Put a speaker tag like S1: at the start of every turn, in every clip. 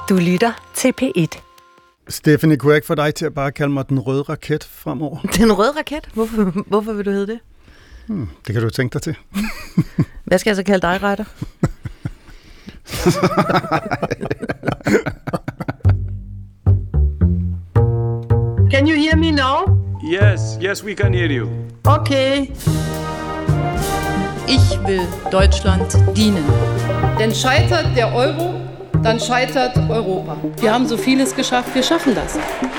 S1: Du lytter til P1.
S2: Stephanie, kunne jeg ikke få dig til at bare kalde mig den røde raket fremover?
S3: Den røde raket? Hvorfor vil du hedde det?
S2: Det kan du tænke dig til.
S3: Hvad skal jeg så kalde dig, Reiter?
S4: Can you hear me now?
S5: Yes, we can hear you.
S4: Okay.
S6: Ich will Deutschland dienen. Denn scheitert der Euro, dann scheitert Europa. Wir haben so vieles geschafft, wir schaffen das.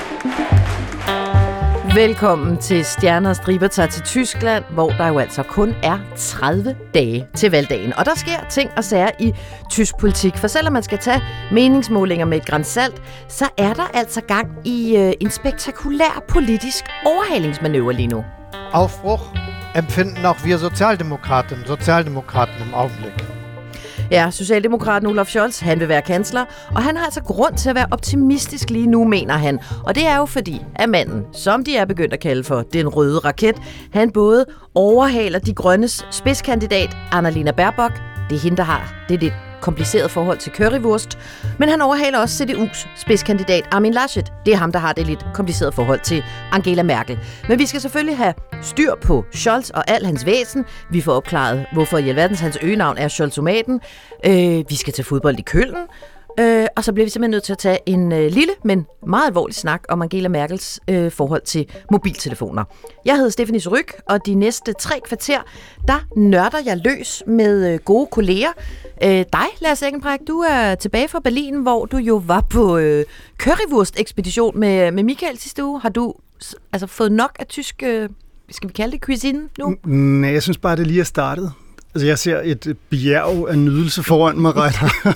S3: Velkommen til Stjerner og Striber tager til Tyskland, hvor der jo altså kun er 30 dage til valgdagen. Og der sker ting og sager i tysk politik. For selvom man skal tage meningsmålinger med et gran salt, så er der altså gang i en spektakulær politisk overhalingsmanøvre lige nu.
S7: Aufbruch empfinden auch wir Sozialdemokraten im Augenblick.
S3: Ja, Socialdemokraten Olaf Scholz, han vil være kansler, og han har altså grund til at være optimistisk lige nu, mener han. Og det er jo fordi, at manden, som de er begyndt at kalde for den røde raket, han både overhaler de grønnes spidskandidat Annalena Baerbock, det er hende, der har det lidt kompliceret forhold til currywurst, men han overhaler også CDU's spidskandidat Armin Laschet. Det er ham, der har det lidt kompliceret forhold til Angela Merkel. Men vi skal selvfølgelig have styr på Scholz og al hans væsen. Vi får opklaret, hvorfor i alverdens hans øgenavn er Scholzomaten. Vi skal til fodbold i Køln. Og så bliver vi simpelthen nødt til at tage en lille, men meget alvorlig snak om Angela Merkels forhold til mobiltelefoner. Jeg hedder Stephanie Ryg, og de næste 3 kvarter, der nørder jeg løs med gode kolleger. Dig, Lars Eggenbræk, du er tilbage fra Berlin, hvor du jo var på currywurst-ekspedition med Michael sidste uge. Har du altså fået nok af tysk, skal vi kalde det, cuisine nu?
S2: Nej, jeg synes bare, det lige er startet. Altså, jeg ser et bjerg af nydelse foran mig, Reiter.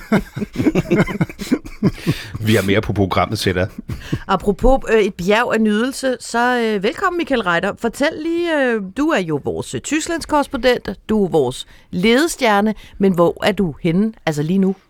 S8: Vi har mere på programmet til dig.
S3: Apropos et bjerg af nydelse, så velkommen Michael Reiter. Fortæl lige, du er jo vores Tysklandskorrespondent, du er vores ledestjerne, men hvor er du henne, altså lige nu?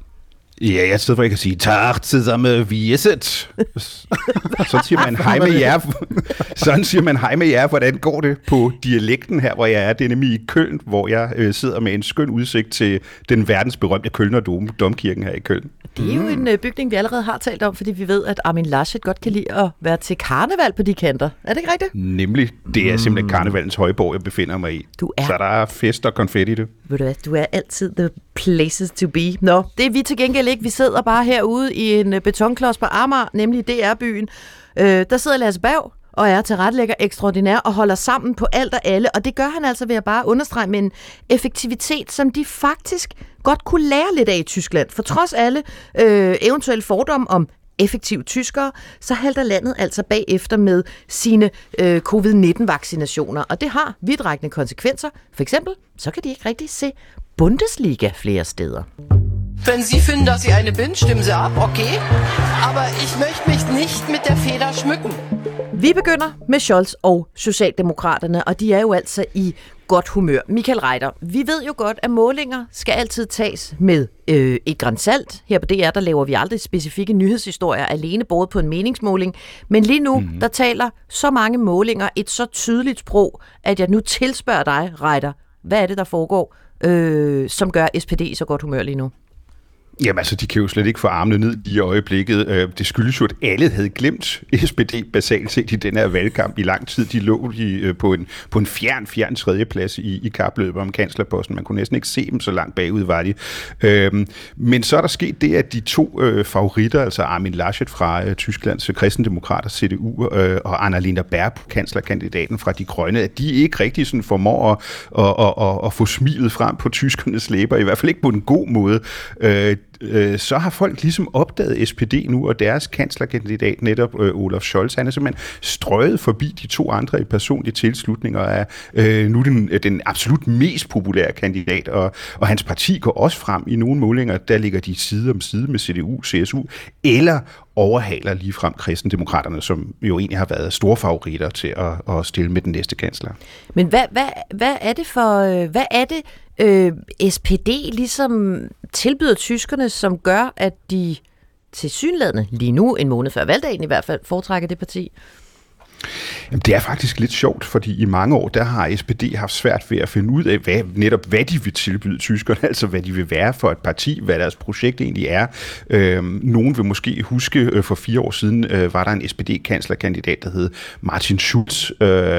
S8: Ja, jeg sidder for ikke at sige, Tag zusammen, wie ist it? Sådan siger man hej med jer. Sådan siger man hej med jer. Hvordan går det på dialekten her, hvor jeg er? Det er nemlig i Køln, hvor jeg sidder med en skøn udsigt til den verdensberømte Kølner domkirken her i Køln.
S3: Det er jo en bygning, vi allerede har talt om, fordi vi ved, at Armin Laschet godt kan lide at være til karneval på de kanter. Er det ikke rigtigt?
S8: Nemlig. Det er simpelthen karnevalens højborg, jeg befinder mig i. Så der er fest og konfetti, det.
S3: Ved du hvad, du er altid the places to be. Nå, det er vi til gengæld ikke. Vi sidder bare herude i en betonklods på Amager, nemlig DR-byen. Der sidder Lasse Berg og er tilrettelægger ekstraordinær og holder sammen på alt og alle. Og det gør han altså ved at bare understrege med en effektivitet, som de faktisk godt kunne lære lidt af i Tyskland. For trods alle eventuelle fordomme om effektive tyskere, så halter landet altså bagefter med sine covid-19-vaccinationer. Og det har vidtrækkende konsekvenser. For eksempel, så kan de ikke rigtig se Bundesliga flere steder.
S9: Wenn Sie finden, dass ich eine bin, stimmen Sie ab, okay. Aber ich möchte mich nicht mit der Feder schmücken.
S3: Vi begynder med Scholz og Socialdemokraterne, og de er jo altså i godt humør. Michael Reiter, vi ved jo godt, at målinger skal altid tages med et gran salt. Her på DR, der laver vi aldrig specifikke nyhedshistorier alene båret på en meningsmåling. Men lige nu, der taler så mange målinger et så tydeligt sprog, at jeg nu tilspørger dig, Reiter, hvad er det, der foregår, som gør SPD i så godt humør lige nu?
S8: Jamen altså, de kan jo slet ikke få armene ned i øjeblikket. Det skyldes jo, at alle havde glemt SPD basalt set i den her valgkamp i lang tid. De lå på en fjern tredjeplads i kapløbet om kanslerposten. Man kunne næsten ikke se dem, så langt bagud var de. Men så er der sket det, at de 2 favoritter, altså Armin Laschet fra Tysklands kristendemokrater, CDU, og Annalena Baerbock, kanslerkandidaten fra De Grønne, at de ikke rigtig sådan formår at få smilet frem på tyskernes læber, i hvert fald ikke på en god måde. Så har folk ligesom opdaget SPD nu, og deres kanslerkandidat netop Olaf Scholz, han er simpelthen strøget forbi de 2 andre i personlige tilslutninger af nu den absolut mest populære kandidat, og hans parti går også frem i nogle målinger, der ligger de side om side med CDU, CSU, eller overhaler ligefrem kristendemokraterne, som jo egentlig har været store favoritter til at stille med den næste kansler.
S3: Men hvad er det for... Hvad er det, SPD ligesom tilbyder tyskerne, som gør, at de tilsyneladende lige nu, en måned før valgdagen i hvert fald, foretrækker det parti?
S8: Jamen, det er faktisk lidt sjovt, fordi i mange år, der har SPD haft svært ved at finde ud af, hvad de vil tilbyde tyskerne, altså hvad de vil være for et parti, hvad deres projekt egentlig er. Nogen vil måske huske, for 4 år siden var der en SPD-kanslerkandidat, der hed Martin Schulz.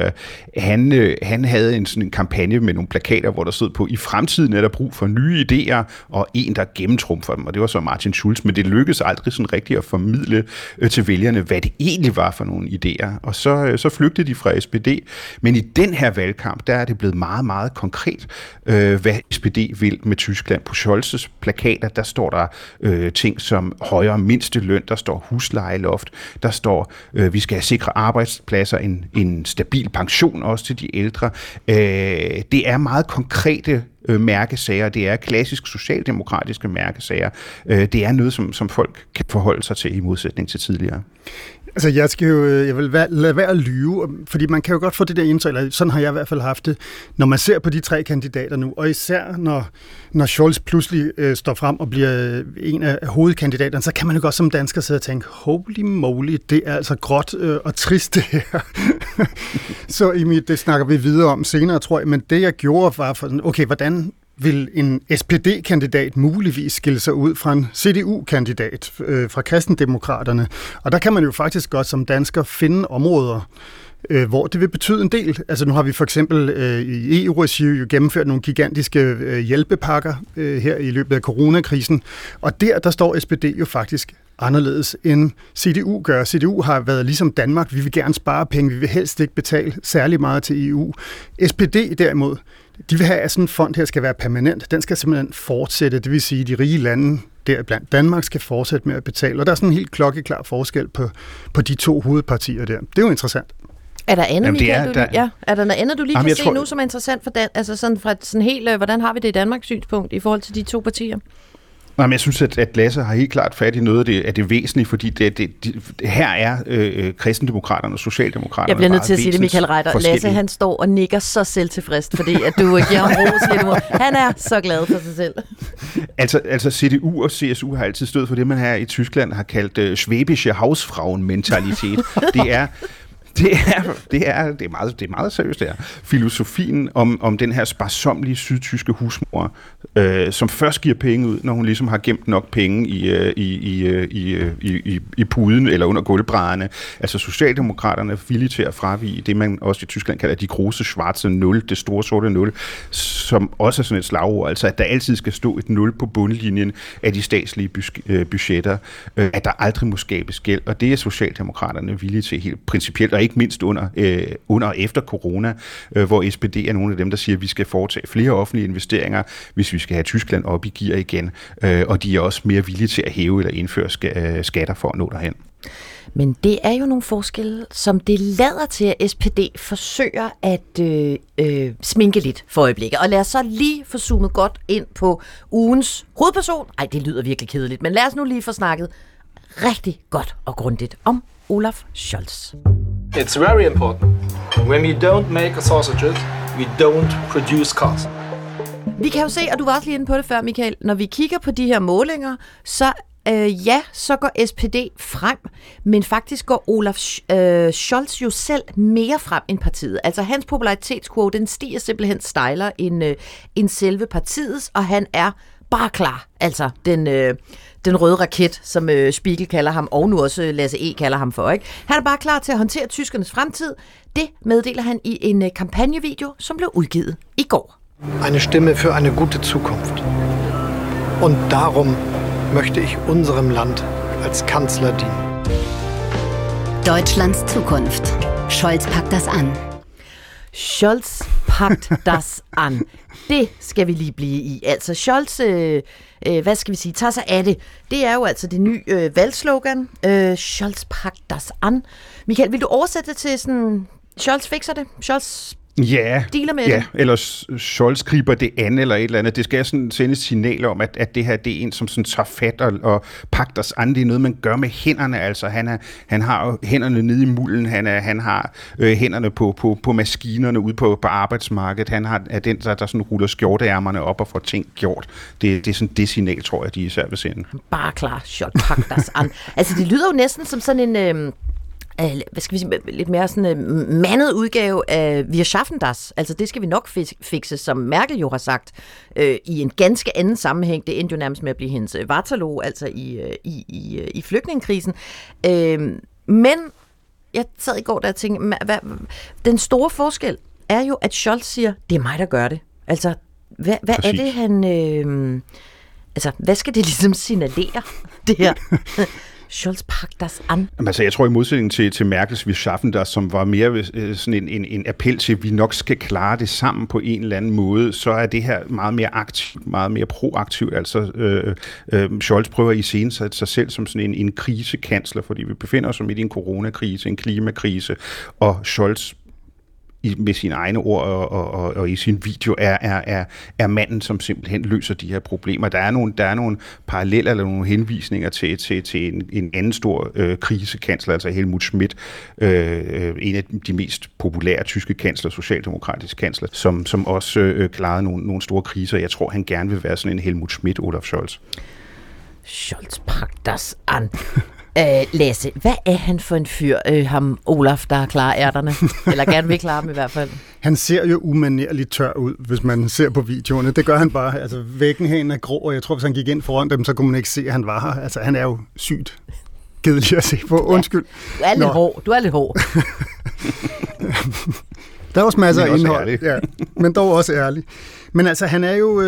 S8: Han havde en kampagne med nogle plakater, hvor der stod på, i fremtiden er der brug for nye idéer, og en, der gennemtrumfer dem, og det var så Martin Schulz, men det lykkedes aldrig sådan rigtigt at formidle til vælgerne, hvad det egentlig var for nogle idéer, og så flygtede de fra SPD, men i den her valgkamp, der er det blevet meget, meget konkret, hvad SPD vil med Tyskland. På Scholz's plakater, der står der ting som højere mindsteløn, der står huslejeloft, der står, vi skal sikre arbejdspladser, en stabil pension også til de ældre. Det er meget konkrete mærkesager, det er klassisk socialdemokratiske mærkesager. Det er noget, som folk kan forholde sig til i modsætning til tidligere.
S2: Altså, jeg vil lade være at lyve, fordi man kan jo godt få det der indtryk, eller sådan har jeg i hvert fald haft det, når man ser på de 3 kandidater nu, og især når Scholz pludselig står frem og bliver en af hovedkandidaterne, så kan man jo godt som dansker sidde og tænke, holy moly, det er altså gråt og trist det her. Så det snakker vi videre om senere, tror jeg, men det jeg gjorde var for, okay, hvordan vil en SPD-kandidat muligvis skille sig ud fra en CDU-kandidat fra Kristendemokraterne. Og der kan man jo faktisk godt som dansker finde områder, hvor det vil betyde en del. Altså nu har vi for eksempel i EU-regi jo gennemført nogle gigantiske hjælpepakker her i løbet af coronakrisen, og der står SPD jo faktisk anderledes end CDU gør. CDU har været ligesom Danmark, vi vil gerne spare penge, vi vil helst ikke betale særlig meget til EU. SPD derimod, de vil have, at sådan en fond her skal være permanent. Den skal simpelthen fortsætte, det vil sige, at de rige lande, deriblandt Danmark, skal fortsætte med at betale. Og der er sådan en helt klokkeklar forskel på de 2 hovedpartier der. Det er jo interessant.
S3: Er der andet, Michael, er der noget andet, du lige kan se nu, som er interessant for altså sådan fra sådan helt, hvordan har vi det i Danmarks synspunkt i forhold til de 2 partier?
S8: Men jeg synes, at Lasse har helt klart fat i noget af det væsentlige, fordi her er kristendemokraterne og socialdemokraterne.
S3: Jeg bliver nødt til at sige det, Michael Reiter. Lasse, han står og nikker så selvtilfreds, fordi at du giver ham ros lidt imod. Han er så glad for sig selv.
S8: Altså CDU og CSU har altid stået for det, man her i Tyskland har kaldt schwäbische Hausfrauen-mentalitet. Det er meget seriøst, det her. Filosofien om den her sparsomlige sydtyske husmor, som først giver penge ud, når hun ligesom har gemt nok penge i puden eller under gulvbrædderne. Altså Socialdemokraterne er villige til at fravige det, man også i Tyskland kalder de große schwarze nul, det store sorte nul, som også er sådan et slagord, altså at der altid skal stå et nul på bundlinjen af de statslige budgetter, at der aldrig må skabes gæld, og det er Socialdemokraterne villige til helt principielt, og ikke mindst under og efter corona, hvor SPD er nogle af dem, der siger, at vi skal foretage flere offentlige investeringer, hvis vi skal have Tyskland op i gear igen, og de er også mere villige til at hæve eller indføre skatter for at nå derhen.
S3: Men det er jo nogle forskelle, som det lader til, at SPD forsøger at sminke lidt for øjeblikket. Og lad os så lige få zoomet godt ind på ugens hovedperson. Ej, det lyder virkelig kedeligt, men lad os nu lige få snakket rigtig godt og grundigt om Olaf Scholz.
S1: It's very important. When we don't make sausages, we don't produce cars.
S3: Vi kan jo se, og du var også lige inde på det før, Michael, når vi kigger på de her målinger, så så går SPD frem, men faktisk går Olaf Scholz jo selv mere frem end partiet. Altså hans popularitetskurve, den stiger simpelthen stejlere end selve partiets, og han er bare klar. Altså den røde raket, som Spiegel kalder ham, og nu også Lasse E. kalder ham for, ikke? Han er bare klar til at håndtere tyskernes fremtid. Det meddeler han i en kampagnevideo, som blev udgivet i går.
S7: Eine Stimme für eine gute Zukunft. Und darum möchte ich unserem Land als Kanzler dienen.
S10: Deutschlands Zukunft. Scholz packt das an.
S3: Scholz packt das an. Det skal vi lige blive i. Altså Scholz, hvad skal vi sige, tager sig af det. Det er jo altså det nye valgslogan. Scholz packt das an. Michael, vil du oversætte det til sådan, Scholz fikser det? Scholz dealer med det?
S8: Eller Scholz griber det an eller et eller andet. Det skal sådan sende et signal om, at det her det er en, som sådan tager fat og pakker os an. Det er noget, man gør med hænderne. Altså, han har hænderne nede i mulden. Han har hænderne på maskinerne ude på arbejdsmarkedet. Han er den, der sådan ruller skjorteærmerne op og får ting gjort. Det er sådan det signal, tror jeg, de især vil sende.
S3: Bare klar, Scholz packt das an. Altså, det lyder jo næsten som sådan en... hvad skal vi sige, lidt mere sådan mandet udgave af Wir schaffen das. Altså det skal vi nok fikse, som Merkel jo har sagt, i en ganske anden sammenhæng. Det endte jo nærmest med at blive hendes Waterloo, altså i flygtningekrisen. Men jeg sad i går der og tænkte, den store forskel er jo, at Scholz siger, det er mig, der gør det. Altså, hvad er det, han... hvad skal det ligesom signalere, det her? Scholz packt das an.
S8: Altså, jeg tror i modsætning til Merkels Wir schaffen das, som var mere sådan en appel til, at vi nok skal klare det sammen på en eller anden måde, så er det her meget mere aktivt, meget mere proaktivt. Altså, Scholz prøver at iscenesætte sig selv som sådan en krisekansler, fordi vi befinder os midt i en coronakrise, en klimakrise, og Scholz med sine egne ord og i sin video er manden, som simpelthen løser de her problemer. Der er nogle paralleller eller nogle henvisninger til en anden stor krisekansler, altså Helmut Schmidt, en af de mest populære tyske kansler, socialdemokratiske kansler, som også klarede nogle store kriser. Jeg tror, han gerne vil være sådan en Helmut Schmidt, Olaf Scholz.
S3: Scholz packt das an. Lasse, hvad er han for en fyr, ham Olaf, der klarer ærterne? Eller gerne vil klare dem i hvert fald.
S2: Han ser jo umanerligt tør ud, hvis man ser på videoerne. Det gør han bare. Altså, væggen herinde er grå, og jeg tror, hvis han gik ind foran dem, så kunne man ikke se, at han var her. Altså, han er jo sygt kedelig at se på. Undskyld.
S3: Du er lidt hård.
S2: Der er også masser af indhold. Ja, men dog også ærlig. Men altså, han er jo...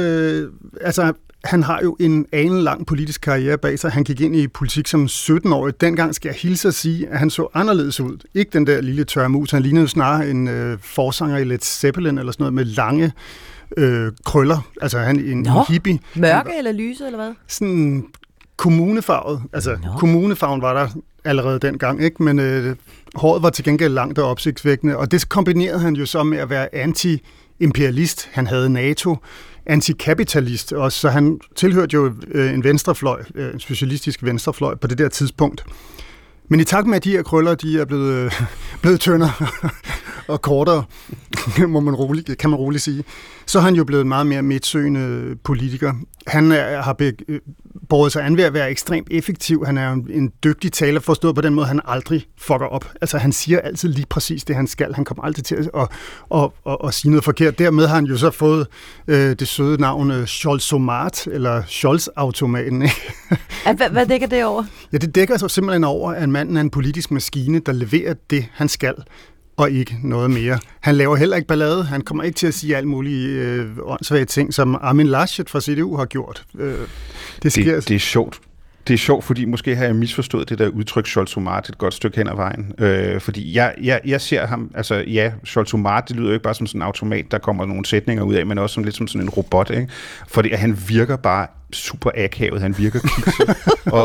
S2: Han har jo en alenlang politisk karriere bag sig. Han gik ind i politik som 17-årig. Dengang skal jeg hilse at sige, at han så anderledes ud. Ikke den der lille tørre mus. Han lignede snarere en forsanger i Led Zeppelin eller sådan noget med lange krøller. Altså han en hippie.
S3: Mørke eller lyse eller hvad?
S2: Sådan kommunefarvet. Altså kommunefarven var der allerede dengang, ikke? Men håret var til gengæld langt og opsigtsvækkende. Og det kombinerede han jo så med at være anti-imperialist. Han havde NATO. Antikapitalist også, så han tilhørte jo en venstrefløj, en socialistisk venstrefløj på det der tidspunkt. Men i takt med, at de her krøller, de er blevet tyndere og kortere, kan man roligt sige, så er han jo blevet meget mere midtsøgende politiker. Han har båret sig an ved at være ekstremt effektiv. Han er en dygtig taler, forstået på den måde, han aldrig fucker op. Altså, han siger altid lige præcis det, han skal. Han kommer altid til at sige noget forkert. Dermed har han jo så fået det søde navn Scholzomat, eller Scholz-automaten.
S3: Hvad dækker det over? Ja, det
S2: dækker så simpelthen over, at manden er en politisk maskine, der leverer det, han skal, og ikke noget mere. Han laver heller ikke ballade. Han kommer ikke til at sige alt mulige åndssvage ting, som Armin Laschet fra CDU har gjort.
S8: Det er sjovt. Det er sjovt, fordi måske har jeg misforstået det der udtryk Scholzomat et godt stykke hen ad vejen. Fordi jeg ser ham, altså ja, Scholzomat, det lyder jo ikke bare som sådan en automat, der kommer nogle sætninger ud af, men også lidt som sådan en robot, ikke? Fordi han virker bare super akavet, han virker kikset.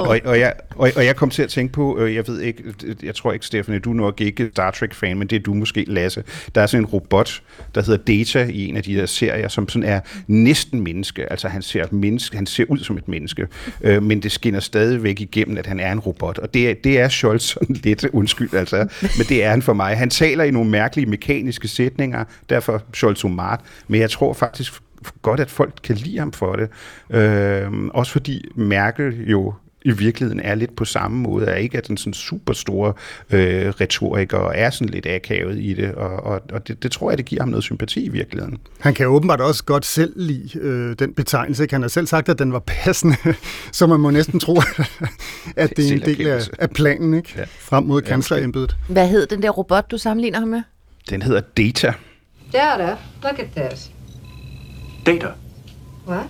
S8: og jeg kom til at tænke på, jeg tror ikke, Stephanie, du er nok ikke Star Trek-fan, men det er du måske, Lasse. Der er sådan en robot, der hedder Data i en af de der serier, som sådan er næsten menneske. Altså han ser ud som et menneske, men det skinner stadigvæk igennem, at han er en robot. Og det er Scholz sådan lidt, undskyld altså, men det er han for mig. Han taler i nogle mærkelige mekaniske sætninger, derfor Scholzomat, men jeg tror faktisk godt, at folk kan lide ham for det. Også fordi Merkel jo i virkeligheden er lidt på samme måde, er ikke at den sådan super store retoriker og er sådan lidt akavet i det, og det tror jeg, det giver ham noget sympati i virkeligheden.
S2: Han kan åbenbart også godt selv lide den betegnelse, ikke? Han har selv sagt, at den var passende, så man må næsten tro, at det er en del af planen, ikke? Ja. Frem mod kanslerembedet.
S3: Hvad hed den der robot, du sammenligner ham med?
S8: Den hedder Data.
S4: Data? Look at this.
S5: Data.
S4: What?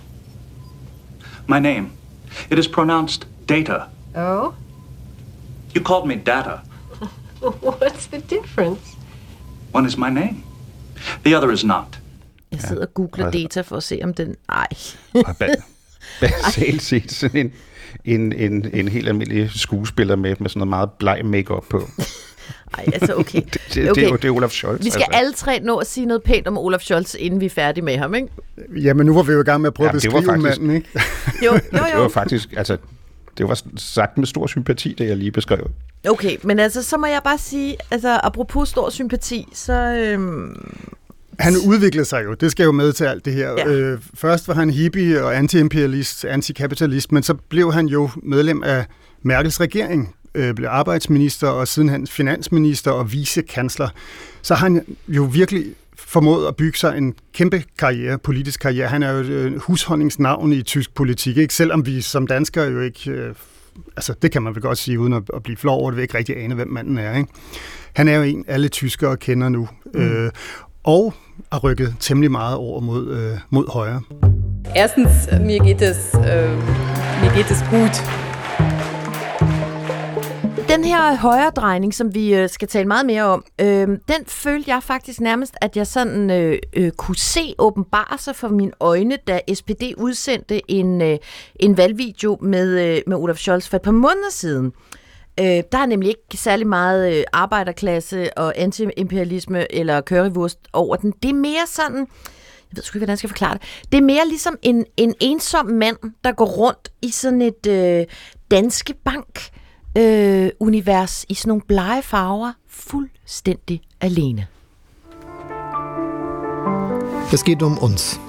S5: My name. It is pronounced Data.
S4: Oh?
S5: You called me Data.
S4: What's the difference?
S5: One is my name. The other is not.
S3: Jeg sidder og googler Data for at se, om den... Ej.
S8: Basalt set sådan en helt almindelig skuespiller med sådan noget meget bleg make-up på.
S3: Ej, altså okay.
S8: Det er Olaf Scholz.
S3: Vi skal alle tre nå at sige noget pænt om Olaf Scholz, inden vi er færdige med ham, ikke?
S2: Jamen, nu var vi jo i gang med at prøve at beskrive manden, ikke?
S3: Jo.
S8: Det var faktisk, altså, det var sagt med stor sympati, det jeg lige beskrev.
S3: Okay, men altså, så må jeg bare sige, altså, apropos stor sympati, så...
S2: Han udviklede sig jo, det skal jo med til alt det her. Ja. Først var han hippie og anti-imperialist, antikapitalist, men så blev han jo medlem af Merkels regering. blev arbejdsminister, og sidenhen finansminister og vicekansler, så har han jo virkelig formået at bygge sig en kæmpe karriere, politisk karriere. Han er jo et husholdningsnavn i tysk politik, ikke? Selvom vi som danskere jo ikke... altså, det kan man vel godt sige, uden at blive flov over det, vil ikke rigtig ane, hvem manden er, ikke? Han er jo en, alle tyskere kender nu, og er rykket temmelig meget over mod højre.
S6: Erstens, mir geht es gut.
S3: Den her højredrejning, som vi skal tale meget mere om, den følte jeg faktisk nærmest, at jeg sådan kunne se åbenbare sig for mine øjne, da SPD udsendte en valgvideo med Olaf Scholz for et par måneder siden. Der er nemlig ikke særlig meget arbejderklasse og anti-imperialisme eller currywurst over den. Det er mere sådan, jeg ved sgu ikke, hvordan jeg skal forklare det, det er mere ligesom en ensom mand, der går rundt i sådan et Danske Bank univers i sådan nogle blege farver, fuldstændig alene.
S7: Es geht um uns.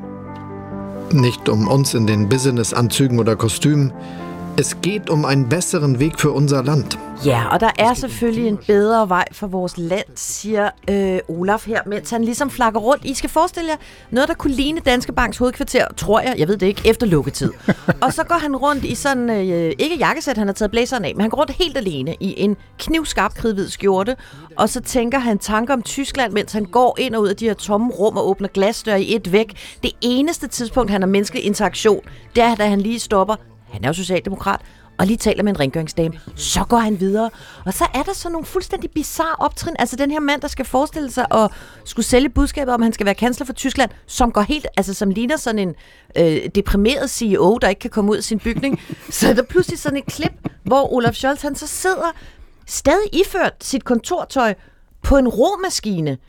S7: Nicht um uns in den Businessanzügen oder Kostümen. Es geht um einen besseren Weg für unser Land.
S3: Ja, og der er selvfølgelig en bedre vej for vores land, siger Olaf her, mens han ligesom flakker rundt. I skal forestille jer noget, der kunne ligne Danske Banks hovedkvarter, tror jeg ved det ikke, efter lukketid. Og så går han rundt i sådan, ikke jakkesæt, han har taget blæseren af, men han går rundt helt alene i en knivskarp kridhvid skjorte, og så tænker han tanker om Tyskland, mens han går ind og ud af de her tomme rum og åbner glasdøre i et væk. Det eneste tidspunkt, han har menneskelig interaktion, det er, da han lige stopper. Han er jo socialdemokrat, og lige taler med en rengøringsdame. Så går han videre. Og så er der så nogle fuldstændig bizarre optrin. Altså den her mand, der skal forestille sig at skulle sælge budskabet om, at han skal være kansler for Tyskland, som går helt, altså som ligner sådan en deprimeret CEO, der ikke kan komme ud af sin bygning. Så er der pludselig sådan et klip, hvor Olaf Scholz, han så sidder stadig iført sit kontortøj på en romaskine.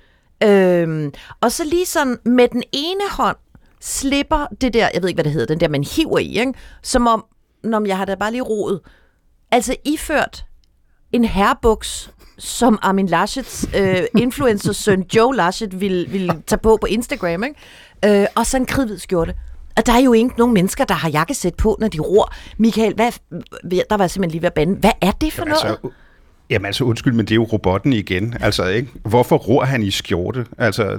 S3: Og så lige sådan med den ene hånd slipper det der, jeg ved ikke, hvad det hedder, den der, man hiver i, ikke? Som om, når jeg har da bare lige roet. Altså iført en herrebuks, som Armin Laschets influencer-søn Joe Laschet ville tage på Instagram, ikke? Og så en kridhvid skjorte. Og der er jo ikke nogen mennesker, der har jakkesæt på, når de ror. Michael, der var jeg simpelthen lige ved at bande. Hvad er det for noget?
S8: Jamen altså, undskyld, men det er jo robotten igen. Altså, ikke? Hvorfor ror han i skjorte? Altså,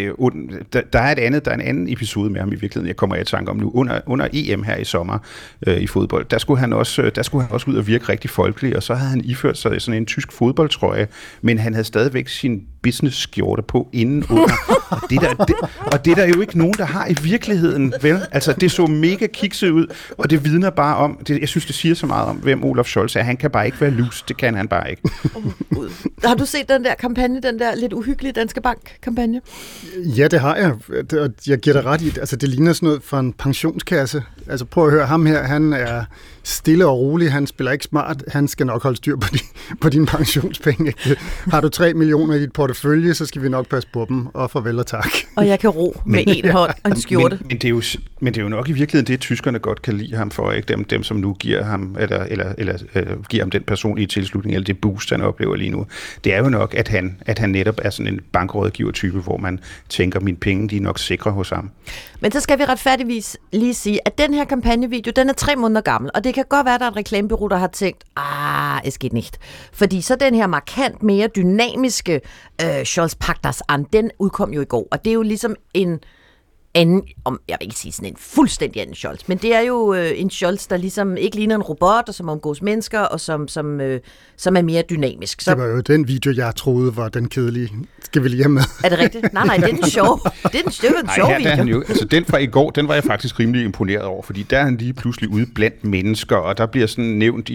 S8: der er en anden episode med ham i virkeligheden, jeg kommer i tanke om nu. Under EM her i sommer i fodbold, der skulle han også ud og virke rigtig folkelig, og så havde han iført sig sådan en tysk fodboldtrøje, men han havde stadigvæk sin business-skjorte på inden under. Og det er der jo ikke nogen, der har i virkeligheden, vel? Altså, det så mega kikset ud, og det vidner bare om, jeg synes, det siger så meget om, hvem Olaf Scholz er. Han kan bare ikke være loose, det kan han bare ikke.
S3: Har du set den der kampagne, den der lidt uhyggelige Danske Bank-kampagne?
S2: Ja, det har jeg. Jeg giver dig ret i, altså det ligner sådan noget fra en pensionskasse. Altså prøv at høre, ham her, han er stille og rolig, han spiller ikke smart, han skal nok holde styr på dine pensionspenge. Har du 3 millioner i dit portefølje, så skal vi nok passe på dem, og farvel og tak.
S3: Og jeg kan ro med en hånd og en skjorte.
S8: Men det er jo nok i virkeligheden det, tyskerne godt kan lide ham for, ikke? Dem som nu giver ham, eller giver ham den personlige tilslutning, eller det boost, han oplever lige nu. Det er jo nok, at han netop er sådan en bankrådgiver-type, hvor man tænker, mine penge, de er nok sikre hos ham.
S3: Men så skal vi retfærdigvis lige sige, at den her kampagnevideo, den er 3 måneder gammel, og det kan godt være, at der er et reklamebureau, der har tænkt, es geht nicht. Fordi så den her markant mere dynamiske Scholz packt das an, den udkom jo i går, og det er jo ligesom en anden, jeg vil ikke sige sådan en fuldstændig anden Scholz, men det er jo en Scholz, der ligesom ikke ligner en robot, og som omgås mennesker, og som er mere dynamisk. Så...
S2: Det var jo den video, jeg troede var den kedelige. Skal vi lige have med?
S3: Er det rigtigt? Nej, det er den sjove. Det er den sjove video.
S8: Altså den fra i går, den var jeg faktisk rimelig imponeret over, fordi der er han lige pludselig ude blandt mennesker, og der bliver sådan nævnt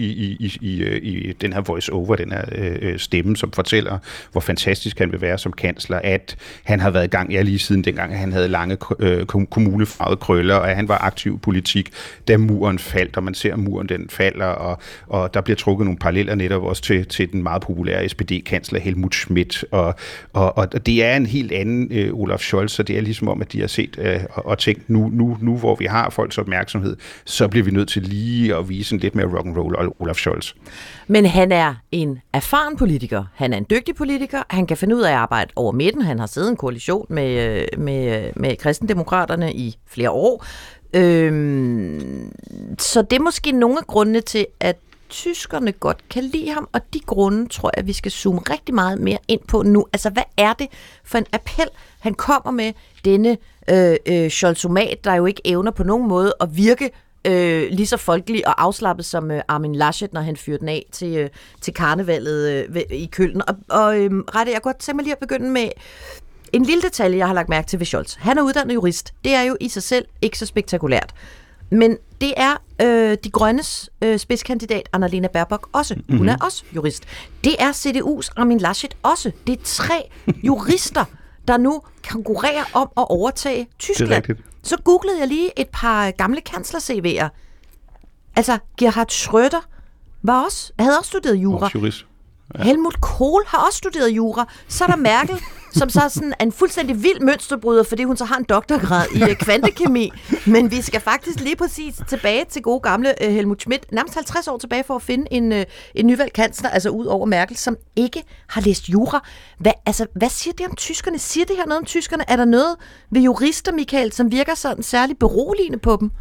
S8: i den her voice-over, den her stemme, som fortæller, hvor fantastisk han vil være som kansler, at han har været i gang, lige siden dengang, han havde lange kommunefarvede krøller, og han var aktiv i politik, da muren faldt, og man ser, at muren den falder, og der bliver trukket nogle paralleller netop også til den meget populære SPD-kansler Helmut Schmidt, og det er en helt anden Olaf Scholz, så det er ligesom om, at de har set og tænkt, nu hvor vi har folks opmærksomhed, så bliver vi nødt til lige at vise en lidt mere rock'n'roll Olaf Scholz.
S3: Men han er en erfaren politiker, han er en dygtig politiker, han kan finde ud af at arbejde over midten, han har siddet i en koalition med kristendemokraterne i flere år. Så det er måske nogle af grundene til, at tyskerne godt kan lide ham, og de grunde tror jeg, vi skal zoome rigtig meget mere ind på nu. Altså, hvad er det for en appel, han kommer med, denne Scholzomat, der jo ikke evner på nogen måde at virke lige så folkelig og afslappet som Armin Laschet, når han fyrte den af til karnevalet i Køln. Og Rette, jeg godt tænke mig lige at begynde med en lille detalje, jeg har lagt mærke til ved Scholz. Han er uddannet jurist. Det er jo i sig selv ikke så spektakulært. Men det er de grønnes spidskandidat, Annalena Baerbock, også. Hun er også jurist. Det er CDU's Armin Laschet også. Det er 3 jurister, der nu konkurrerer om at overtage Tyskland. Så googlede jeg lige et par gamle kansler-CV'er. Altså, Gerhard Schröder havde også studeret jura. Ja. Helmut Kohl har også studeret jura. Så er der Merkel, som så er sådan en fuldstændig vild mønsterbryder, fordi hun så har en doktorgrad i kvantekemi. Men vi skal faktisk lige præcis tilbage til gode gamle Helmut Schmidt, nærmest 50 år tilbage for at finde en nyvalgt kansler, altså ud over Merkel, som ikke har læst jura. Hvad siger det om tyskerne? Siger det her noget om tyskerne? Er der noget ved jurister, Michael, som virker sådan særligt beroligende på dem?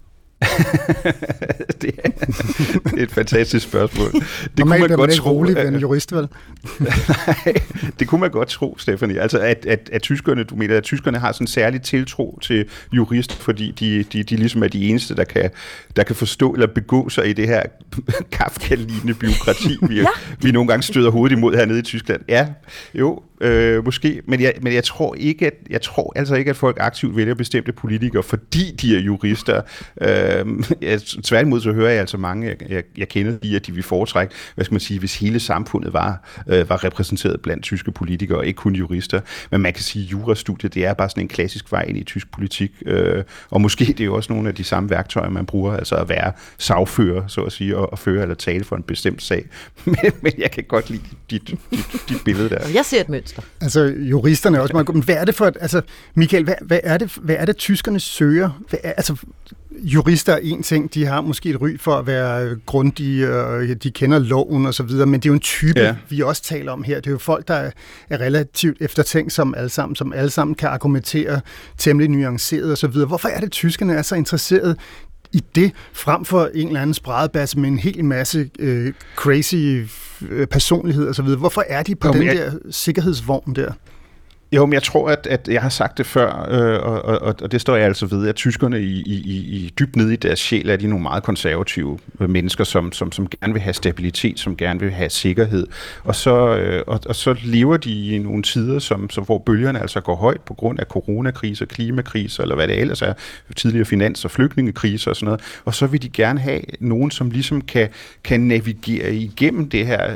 S8: Det er et fantastisk spørgsmål. Det
S2: kunne man godt tro. Rolig ved en jurist, vel?
S8: Nej, det kunne man godt tro, Stephanie. Altså, at tyskerne, du mener, at tyskerne har sådan en særlig tiltro til jurist, fordi de ligesom er de eneste, der kan forstå eller begå sig i det her Kafka-lignende bureaukrati, vi nogle gange støder hovedet imod hernede i Tyskland. Ja, jo. Måske, men jeg tror altså ikke, at folk aktivt vælger bestemte politikere, fordi de er jurister. Tværtimod så hører jeg altså mange, jeg kender de, at de vil foretrække, hvad skal man sige, hvis hele samfundet var repræsenteret blandt tyske politikere, og ikke kun jurister. Men man kan sige, at jurastudiet, det er bare sådan en klassisk vej ind i tysk politik, og måske det er jo også nogle af de samme værktøjer, man bruger, altså at være sagfører, så at sige, og føre eller tale for en bestemt sag. Men jeg kan godt lide dit billede der.
S3: Jeg ser et mønster.
S2: Altså, juristerne er også meget gode. Men hvad er det for altså, Michael, hvad er det tyskerne søger? Jurister er en ting, de har måske et ry for at være grundige, og de kender loven og så videre, men det er jo en type, vi også taler om her. Det er jo folk, der er relativt eftertænksomme som alle sammen kan argumentere temmelig nuanceret og så videre. Hvorfor er det, tyskerne er så interesserede i det, frem for en eller anden spradebasse med en hel masse crazy personlighed og så videre? Hvorfor er de på den der sikkerhedsvogn der?
S8: Jo, men jeg tror, at jeg har sagt det før, og det står jeg altså ved, at tyskerne i dybt nede i deres sjæl er de nogle meget konservative mennesker, som gerne vil have stabilitet, som gerne vil have sikkerhed. Og så lever de i nogle tider, hvor bølgerne altså går højt på grund af coronakriser, klimakriser, eller hvad det ellers er, tidligere finans- og flygtningekriser og sådan noget. Og så vil de gerne have nogen, som ligesom kan navigere igennem det her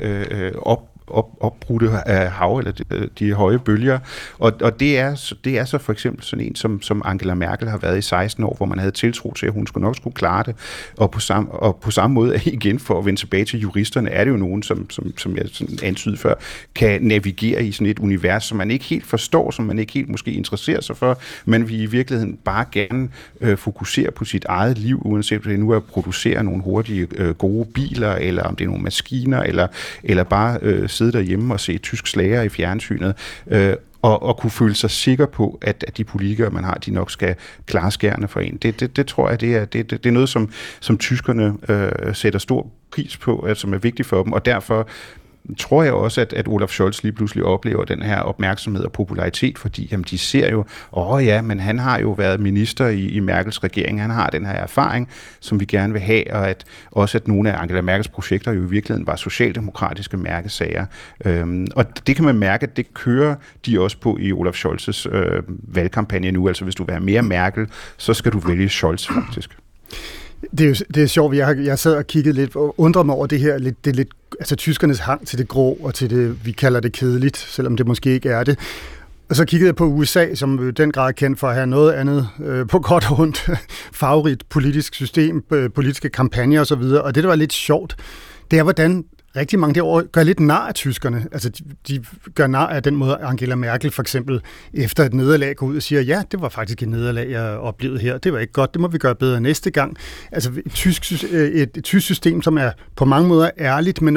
S8: opbrudte hav, eller de høje bølger. Og det er så for eksempel sådan en, som Angela Merkel har været i 16 år, hvor man havde tiltro til, at hun nok skulle klare det. Og på samme måde, igen for at vende tilbage til juristerne, er det jo nogen, som jeg sådan antydede før, kan navigere i sådan et univers, som man ikke helt forstår, som man ikke helt måske interesserer sig for, men vi i virkeligheden bare gerne fokuserer på sit eget liv, uanset om det nu er at producere nogle hurtige, gode biler, eller om det er nogle maskiner, eller bare sidde derhjemme og se tysk slager i fjernsynet, og kunne føle sig sikker på, at de politikere, man har, de nok skal klare skærene for en. Det tror jeg, det er noget, som tyskerne sætter stor pris på, som er vigtigt for dem, og derfor tror jeg også, at Olaf Scholz lige pludselig oplever den her opmærksomhed og popularitet, fordi jamen, de ser jo, men han har jo været minister i Merkels regering, han har den her erfaring, som vi gerne vil have, og at nogle af Angela Merkels projekter jo i virkeligheden var socialdemokratiske mærkesager. Og det kan man mærke, at det kører de også på i Olaf Scholz's valgkampagne nu, altså hvis du vil have mere Merkel, så skal du vælge Scholz faktisk.
S2: Det er sjovt, jeg sad og kiggede lidt og undrede mig over det her, altså tyskernes hang til det grå og til det, vi kalder det kedeligt, selvom det måske ikke er det. Og så kiggede jeg på USA, som den grad er kendt for at have noget andet på godt og ondt, farverigt politisk system, politiske kampagner osv. Og det, der var lidt sjovt, det er, hvordan rigtig mange derovre gør lidt nar af tyskerne. Altså, de gør nar af den måde, Angela Merkel for eksempel efter et nederlag går ud og siger, ja, det var faktisk et nederlag, jeg oplevede her. Det var ikke godt, det må vi gøre bedre næste gang. Altså, et tysk system, som er på mange måder ærligt, men også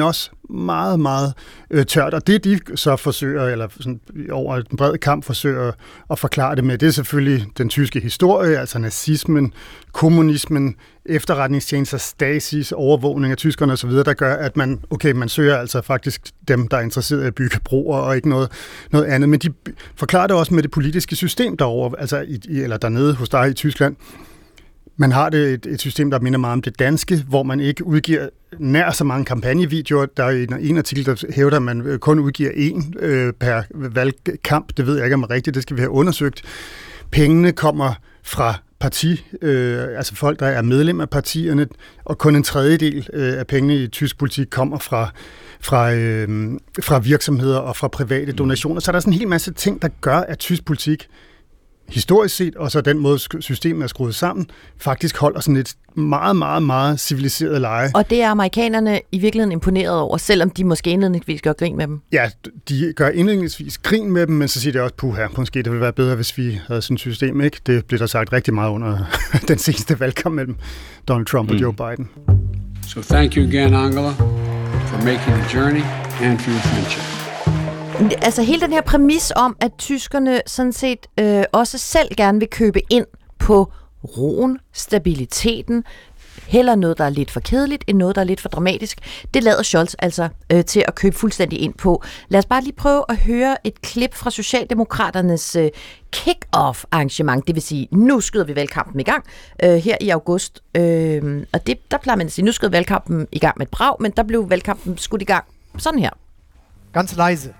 S2: meget, meget tørt. Og det, de så forsøger, eller sådan, over en bred kamp forsøger at forklare det med, det er selvfølgelig den tyske historie, altså nazismen, kommunismen, efterretningstjenester, Stasis, overvågning af tyskerne osv., der gør, at man søger altså faktisk dem, der er interesseret i at bygge broer og ikke noget andet. Men de forklarer det også med det politiske system derovre, altså eller dernede hos dig i Tyskland. Man har det et system, der minder meget om det danske, hvor man ikke udgiver nær så mange kampagnevideoer. Der er en artikel, der hævder, at man kun udgiver én per valgkamp. Det ved jeg ikke, om det er rigtigt. Det skal vi have undersøgt. Pengene kommer fra altså folk, der er medlem af partierne, og kun en tredjedel af pengene i tysk politik kommer fra virksomheder og fra private donationer. Så der er sådan en hel masse ting, der gør, at tysk politik historisk set, og så den måde systemet er skruet sammen, faktisk holder sådan et meget, meget, meget civiliseret leje.
S3: Og det er amerikanerne i virkeligheden imponeret over, selvom de måske indledningsvis gør grin med dem?
S2: Ja, de gør indledningsvis grin med dem, men så siger de også, puha, måske det ville være bedre, hvis vi havde sådan et system, ikke? Det blev der sagt rigtig meget under den seneste valgkamp mellem Donald Trump og Joe Biden.
S11: So thank you again, Angela, for making the journey and for your friendship.
S3: Altså hele den her præmis om, at tyskerne sådan set også selv gerne vil købe ind på roen, stabiliteten, heller noget, der er lidt for kedeligt, end noget, der er lidt for dramatisk. Det lader Scholz altså til at købe fuldstændig ind på. Lad os bare lige prøve at høre et klip fra Socialdemokraternes kick-off arrangement, det vil sige, nu skyder vi valgkampen i gang her i august. Og der plejer man at sige, nu skyder valgkampen i gang med et brag, men der blev valgkampen skudt i gang sådan her.
S12: Ganz leise.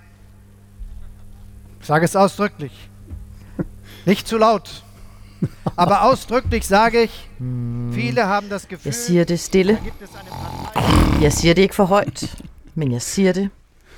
S12: Ich sage es ausdrücklich. Nicht zu laut. Aber ausdrücklich sage ich, viele haben das Gefühl...
S3: Jeg siger det stille. Jeg siger det ikke for højt, men jeg siger det.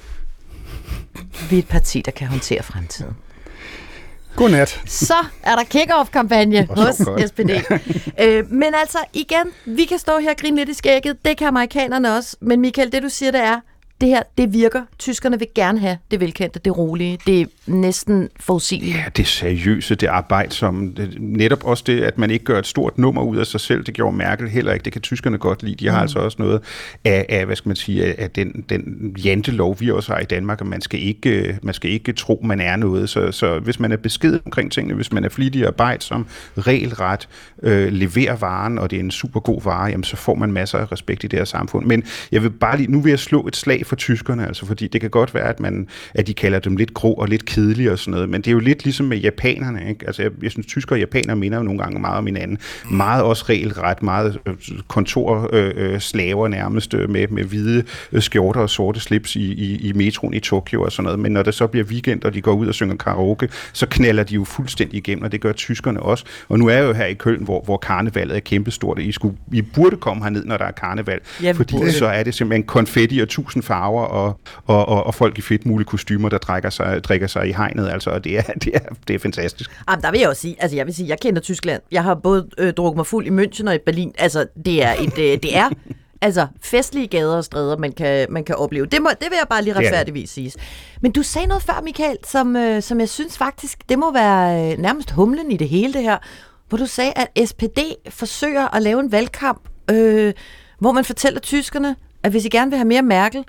S3: Vi er et parti, der kan håndtere fremtiden.
S2: Godnat.
S3: Så er der kick-off-kampagne hos SPD. Men altså, igen, vi kan stå her og grine lidt i skægget. Det kan amerikanerne også. Men Michael, det du siger, det er, det her, det virker. Tyskerne vil gerne have det velkendte, det rolige, det er næsten forudsigeligt.
S8: Ja, det seriøse, det arbejde, som netop også det, at man ikke gør et stort nummer ud af sig selv, det gjorde Merkel heller ikke. Det kan tyskerne godt lide. De har altså også noget af hvad skal man sige, af den jantelov, vi også har i Danmark, at man skal ikke tro, man er noget. Så hvis man er beskeden omkring tingene, hvis man er flittig arbejdsom, regelret, leverer varen, og det er en super god vare, jamen så får man masser af respekt i det her samfund. Men jeg vil bare lige, nu vil jeg slå et slag for tyskerne, altså fordi det kan godt være, at de kalder dem lidt grå og lidt kedelige og sådan noget, men det er jo lidt ligesom med japanerne, ikke? Altså jeg synes, tyskere og japanere minder jo nogle gange meget om hinanden. Meget også regelret, meget kontorslaver nærmest med hvide skjorter og sorte slips i metroen i Tokyo og sådan noget, men når det så bliver weekend, og de går ud og synger karaoke, så knalder de jo fuldstændig igennem, og det gør tyskerne også. Og nu er jeg jo her i Køln, hvor karnevalet er kæmpestort. I burde komme herned, når der er karneval, fordi så er det simpelthen konfetti og 1000 farver og folk i fedtmulige kostymer, der drikker sig i hegnet, altså, og det er fantastisk.
S3: Jamen, der vil jeg også sige, altså jeg vil sige, jeg kender Tyskland. Jeg har både drukket mig fuld i München og i Berlin. Altså, det er altså festlige gader og stræder, man kan opleve. Det vil jeg bare lige retfærdigvis sige. Men du sagde noget før, Michael, som jeg synes faktisk, det må være nærmest humlen i det hele det her, hvor du sagde, at SPD forsøger at lave en valgkamp, hvor man fortæller tyskerne, at hvis I gerne vil have mere Merkel,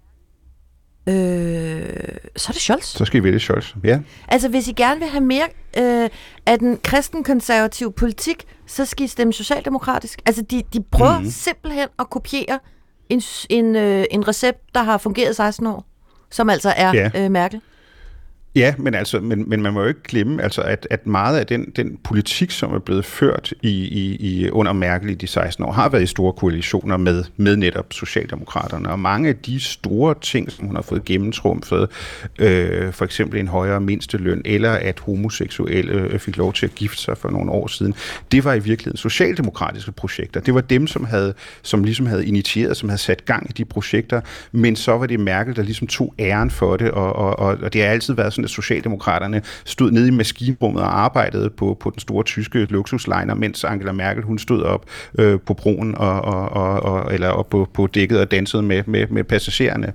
S3: så er det Scholz.
S8: Så skal I vælge Scholz, ja.
S3: Altså, hvis I gerne vil have mere af den kristenkonservative politik, så skal I stemme socialdemokratisk. Altså, de prøver simpelthen at kopiere en recept, der har fungeret i 16 år, som altså er Merkel.
S8: Ja, men man må jo ikke glemme, altså, at meget af den politik, som er blevet ført under Merkel i de 16 år, har været i store koalitioner med netop Socialdemokraterne. Og mange af de store ting, som hun har fået gennemtrumfet, for eksempel en højere mindsteløn, eller at homoseksuelle fik lov til at gifte sig for nogle år siden, det var i virkeligheden socialdemokratiske projekter. Det var dem, som ligesom havde initieret, som havde sat gang i de projekter, men så var det Merkel, der ligesom tog æren for det, og det har altid været sådan, at Socialdemokraterne stod nede i maskinrummet og arbejdede på den store tyske luksusliner, mens Angela Merkel, hun stod op på broen eller op på dækket og dansede med passagererne.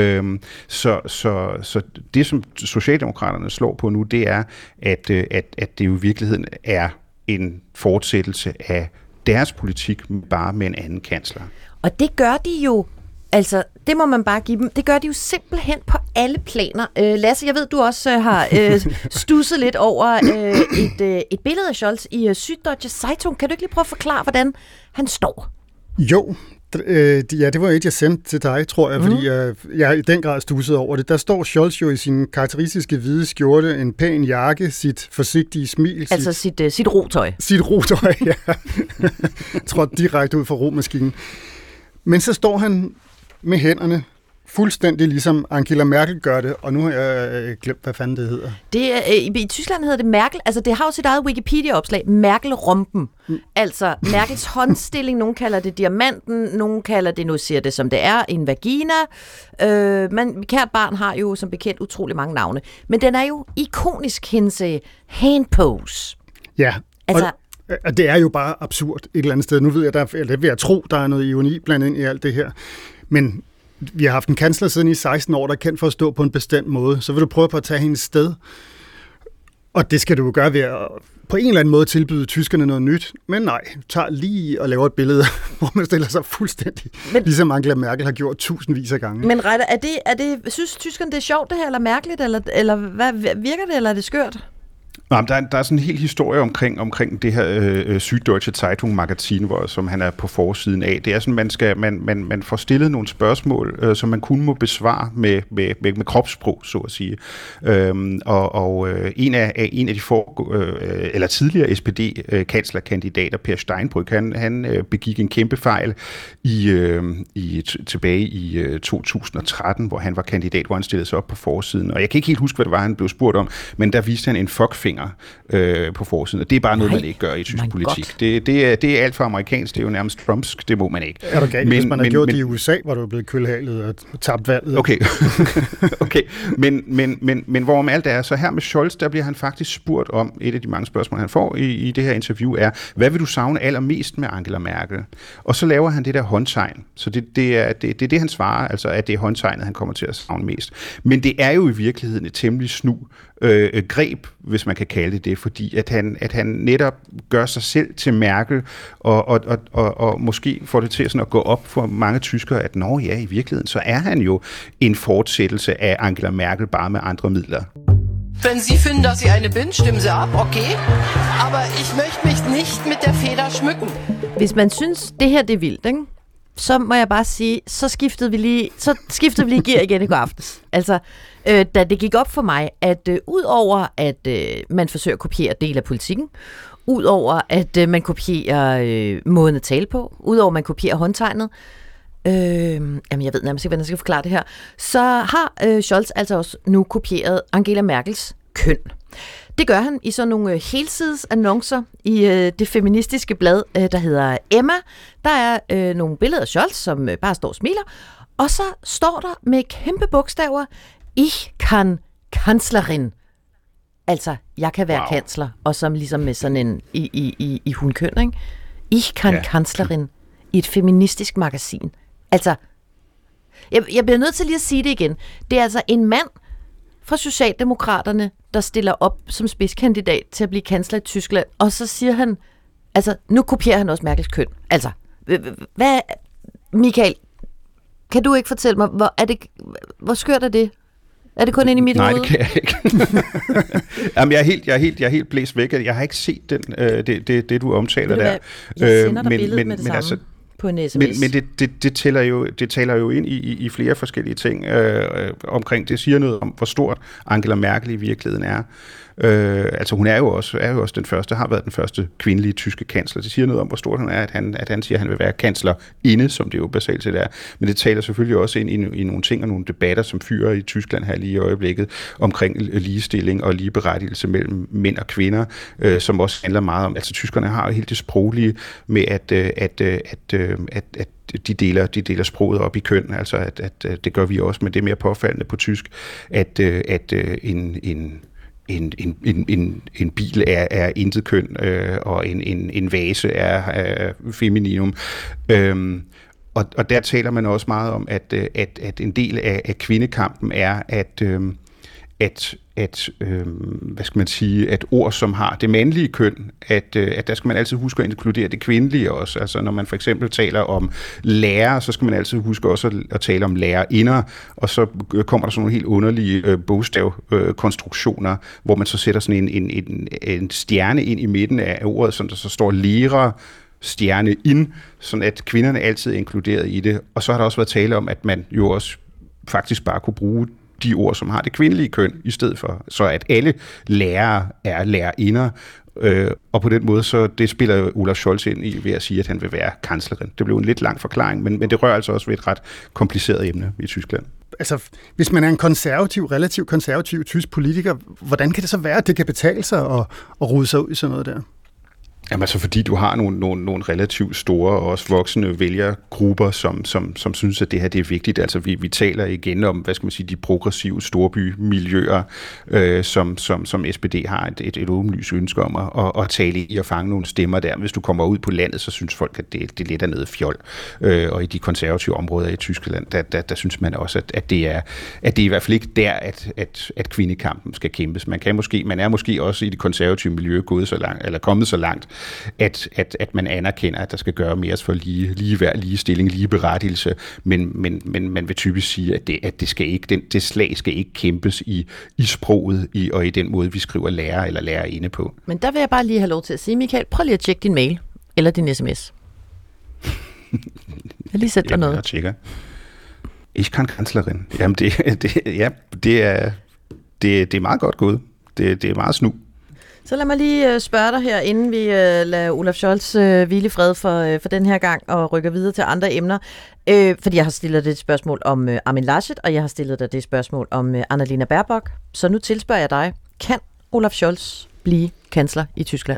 S8: Så det, som Socialdemokraterne slår på nu, det er, at det jo i virkeligheden er en fortsættelse af deres politik, bare med en anden kansler.
S3: Og det gør de jo Altså, det må man bare give dem. Det gør de jo simpelthen på alle planer. Lasse, jeg ved, du også har stusset lidt over et billede af Scholz i Süddeutsche Zeitung. Kan du ikke lige prøve at forklare, hvordan han står?
S2: Jo, det var et, jeg sendte til dig, tror jeg, fordi jeg er i den grad stusset over det. Der står Scholz jo i sin karakteristiske hvide skjorte, en pæn jakke, sit forsigtige smil.
S3: Altså sit rotøj.
S2: Sit rotøj, ja. Trådt direkte ud fra romaskinen. Men så står han med hænderne fuldstændig ligesom Angela Merkel gør det, og nu har jeg glemt, hvad fanden det hedder.
S3: Det er, i Tyskland hedder det Merkel, altså det har jo sit eget Wikipedia-opslag, Merkel-rompen. Altså Merkels håndstilling, nogen kalder det diamanten, nogen kalder det, nu siger det som det er, en vagina. Men kært barn har jo som bekendt utrolig mange navne. Men den er jo ikonisk, hendes handpose.
S2: Ja,
S3: altså,
S2: og det er jo bare absurd et eller andet sted. Nu ved jeg, det vil jeg tro, der er noget ironi blandt ind i alt det her. Men vi har haft en kansler siden i 16 år, der er kendt for at stå på en bestemt måde. Så vil du prøve på at tage hendes sted. Og det skal du jo gøre ved at på en eller anden måde tilbyde tyskerne noget nyt. Men nej, tager lige og laver et billede, hvor man stiller sig fuldstændig, ligesom Angela Merkel har gjort tusindvis af gange.
S3: Men Reiter, synes tyskerne, det er sjovt det her, eller mærkeligt, eller hvad virker det, eller er det skørt?
S8: Der er sådan en hel historie omkring det her Süddeutsche Zeitung-magasin, som han er på forsiden af. Det er sådan, man får stillet nogle spørgsmål, som man kun må besvare med kropssprog, så at sige. En af de eller tidligere SPD-kanslerkandidater, Per Steinbrück, han begik en kæmpe fejl tilbage i 2013, hvor han var kandidat, hvor han stillede sig op på forsiden. Og jeg kan ikke helt huske, hvad det var, han blev spurgt om, men der viste han en fuckfinger på forsiden, og det er bare noget, man ikke gør i tysk politik. Det er alt for amerikansk, det er jo nærmest trumpsk, det må man ikke.
S2: Er du galt? Hvis man har gjort det i USA, hvor du er blevet kølhalet og tabt valget.
S8: Okay. Men hvorom alt er, så her med Scholz, der bliver han faktisk spurgt om, et af de mange spørgsmål, han får i det her interview er, hvad vil du savne allermest med Angela Merkel? Og så laver han det der håndtegn. Så det er det, han svarer, altså at det er håndtegnet, han kommer til at savne mest. Men det er jo i virkeligheden et temmelig snu greb, hvis man kan kalde det, fordi at han netop gør sig selv til Merkel, og måske får det til sådan at gå op for mange tyskere, at i virkeligheden, så er han jo en fortsættelse af Angela Merkel, bare med andre midler.
S9: Wenn Sie finden, dass ich eine bin, stimmen Sie ab, okay. Aber ich möchte mich nicht mit der Feder schmücken.
S3: Hvis man synes, det her det er vildt, ikke? Så må jeg bare sige, så skiftede vi lige gear igen i går aftes. Altså, da det gik op for mig, at udover at man forsøger at kopiere del af politikken, udover at man kopierer måden at tale på, udover at man kopierer håndtegnet, jeg ved nærmest ikke, hvordan jeg skal forklare det her, så har Scholz altså også nu kopieret Angela Merkels køn. Det gør han i sådan nogle helsidesannoncer i det feministiske blad, der hedder Emma. Der er nogle billeder af Scholz, som bare står og smiler, og så står der med kæmpe bogstaver, Ich kann Kanzlerin. Altså, jeg kan være kansler, og som ligesom med sådan en i hundkøn, ikke? Ich kann Kanzlerin i et feministisk magasin. Altså, jeg bliver nødt til lige at sige det igen. Det er altså en mand fra Socialdemokraterne, der stiller op som spidskandidat til at blive kansler i Tyskland, og så siger han, altså, nu kopierer han også Merkels køn. Altså, hvad, Michael, kan du ikke fortælle mig, hvor skørt er det? Er det kun inde i mit hoved?
S8: Nej, det kan jeg ikke. Jamen, jeg er helt blæst væk. Jeg har ikke set det du omtaler der.
S3: Jeg sender dig billedet med det samme. Altså, på en sms.
S8: Men det taler jo ind i flere forskellige ting omkring. Det siger noget om, hvor stort Angela Merkel i virkeligheden er. Altså hun er jo også den første, har været den første kvindelige tyske kansler. Det siger noget om, hvor stort hun er, at han siger, at han vil være kansler inde, som det jo basalt set er. Men det taler selvfølgelig også ind i nogle ting og nogle debatter, som fyrer i Tyskland her lige i øjeblikket, omkring ligestilling og ligeberettigelse mellem mænd og kvinder, som også handler meget om, altså tyskerne har jo helt det sproglige med, at de deler sproget op i køn, altså at det gør vi også, men det er mere påfaldende på tysk, at en bil er intet køn, og en vase er femininum. Og der taler man også meget om, at en del af kvindekampen er, hvad skal man sige, at ord, som har det mandlige køn, at der skal man altid huske at inkludere det kvindelige også. Altså når man for eksempel taler om lærer, så skal man altid huske også at tale om lærerinder, og så kommer der sådan nogle helt underlige bogstavkonstruktioner, hvor man så sætter sådan en stjerne ind i midten af ordet, som der så står lærer, stjerne ind, sådan at kvinderne altid er inkluderet i det. Og så har der også været tale om, at man jo også faktisk bare kunne bruge de ord, som har det kvindelige køn, i stedet for, så at alle lærere er lærerinder, og på den måde, så det spiller Olaf Scholz ind i ved at sige, at han vil være kanslerin. Det blev en lidt lang forklaring, men det rører altså også ved et ret kompliceret emne i Tyskland.
S2: Altså, hvis man er en relativt konservativ tysk politiker, hvordan kan det så være, at det kan betale sig at rode sig ud i sådan noget der?
S8: Jamen altså fordi du har nogle relativt store og også voksende vælgergrupper, som synes, at det her det er vigtigt. Altså vi taler igen om, hvad skal man sige, de progressive storbymiljøer, som SPD har et åbenlyst ønske om at tale i og fange nogle stemmer der. Hvis du kommer ud på landet, så synes folk, at det lidt er noget fjol. Og i de konservative områder i Tyskland, der synes man også, at det er i hvert fald ikke der, at kvindekampen skal kæmpes. Man er måske også i det konservative miljø kommet så langt, at man anerkender, at der skal gøre mere for ligeværd, ligestilling, ligeberettigelse, men man vil typisk sige, at det slag skal ikke kæmpes i sproget og i den måde, vi skriver lærer eller lærerinde på.
S3: Men der vil jeg bare lige have lov til at sige, Michael, prøv lige at tjekke din mail eller din sms. Jeg lige sætter noget.
S8: Jeg tjekker. Ich kann Kanzlerin. Jamen, det er meget godt gået. Det er meget snu.
S3: Så lad mig lige spørge dig her, inden vi lader Olaf Scholz hvile i fred for den her gang og rykker videre til andre emner. Fordi jeg har stillet dig et spørgsmål om Armin Laschet, og jeg har stillet dig det spørgsmål om Annalena Baerbock. Så nu tilspørger jeg dig. Kan Olaf Scholz blive kansler i Tyskland?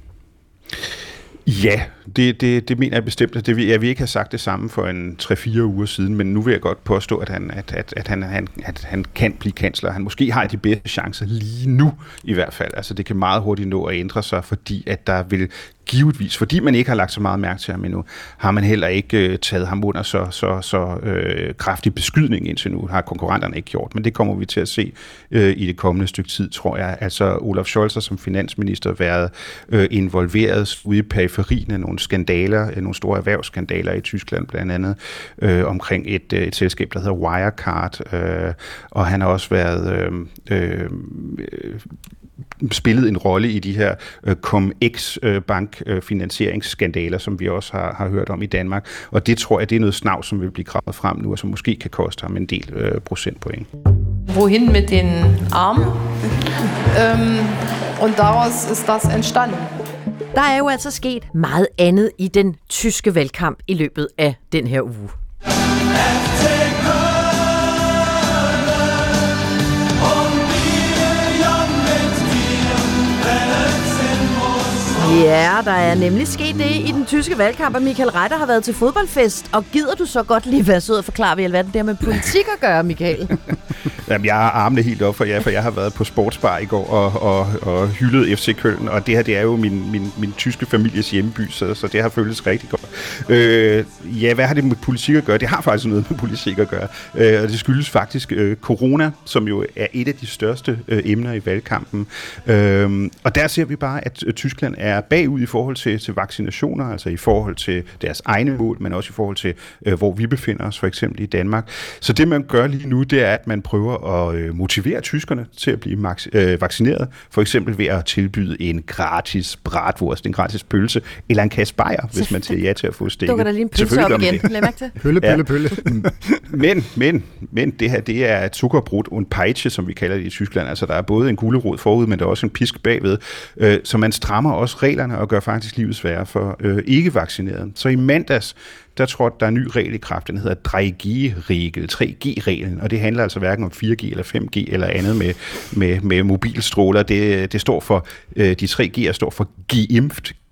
S8: Ja, det mener jeg bestemt, at jeg vil ikke have sagt det samme for en 3-4 uger siden, men nu vil jeg godt påstå, at han kan blive kansler. Han måske har de bedste chancer lige nu i hvert fald. Altså det kan meget hurtigt nå at ændre sig, fordi at der vil givetvis, fordi man ikke har lagt så meget mærke til ham endnu, har man heller ikke taget ham under så kraftig beskydning indtil nu, har konkurrenterne ikke gjort, men det kommer vi til at se i det kommende stykke tid, tror jeg. Altså Olaf Scholz har som finansminister været involveret ude i periferien af nogle skandaler, nogle store erhvervsskandaler i Tyskland blandt andet, omkring et selskab, der hedder Wirecard, og han har også været spillet en rolle i de her Cum-Ex-bankfinansieringsskandaler, som vi også har hørt om i Danmark. Og det tror jeg, det er noget snavs, som vil blive gravet frem nu, og som måske kan koste ham en del procentpoint.
S6: Wohin mit den Armen? Und daraus ist das entstanden.
S3: Der er jo altså sket meget andet i den tyske valgkamp i løbet af den her uge. Ja, der er nemlig sket det i den tyske valgkamp, at Michael Reiter har været til fodboldfest. Og gider du så godt lige være sød og forklare, hvad det der med politik at gøre, Michael?
S8: Jamen, jeg har armene helt op for jer, for jeg har været på sportsbar i går og hyldet FC Köln, og det her, det er jo min tyske families hjemby, så det har føltes rigtig godt. Ja, hvad har det med politik at gøre? Det har faktisk noget med politik at gøre, og det skyldes faktisk corona, som jo er et af de største emner i valgkampen. Og der ser vi bare, at Tyskland er bagud i forhold til vaccinationer, altså i forhold til deres egne mål, men også i forhold til, hvor vi befinder os, for eksempel i Danmark. Så det, man gør lige nu, det er, at man prøver at motivere tyskerne til at blive vaccineret, for eksempel ved at tilbyde en gratis bratwurst, en gratis pølse, eller en kasse bajer, hvis man siger ja til at få stikket.
S3: Dukker der lige en pølse op igen, lad mærke til.
S2: Pølle.
S8: Men det her, det er et Zuckerbrot und Peitsche, som vi kalder det i Tyskland. Altså, der er både en gulerod forud, men der er også en pisk bagved. Så man strammer også reglerne og gør faktisk livet sværere for ikke-vaccinerede. Så i mandags, der trådte der en ny regel i kraft, den hedder 3G-reglen, og det handler altså hverken om 4G eller 5G eller andet med mobilstråler. Det står for, de 3G'er står for geimpft,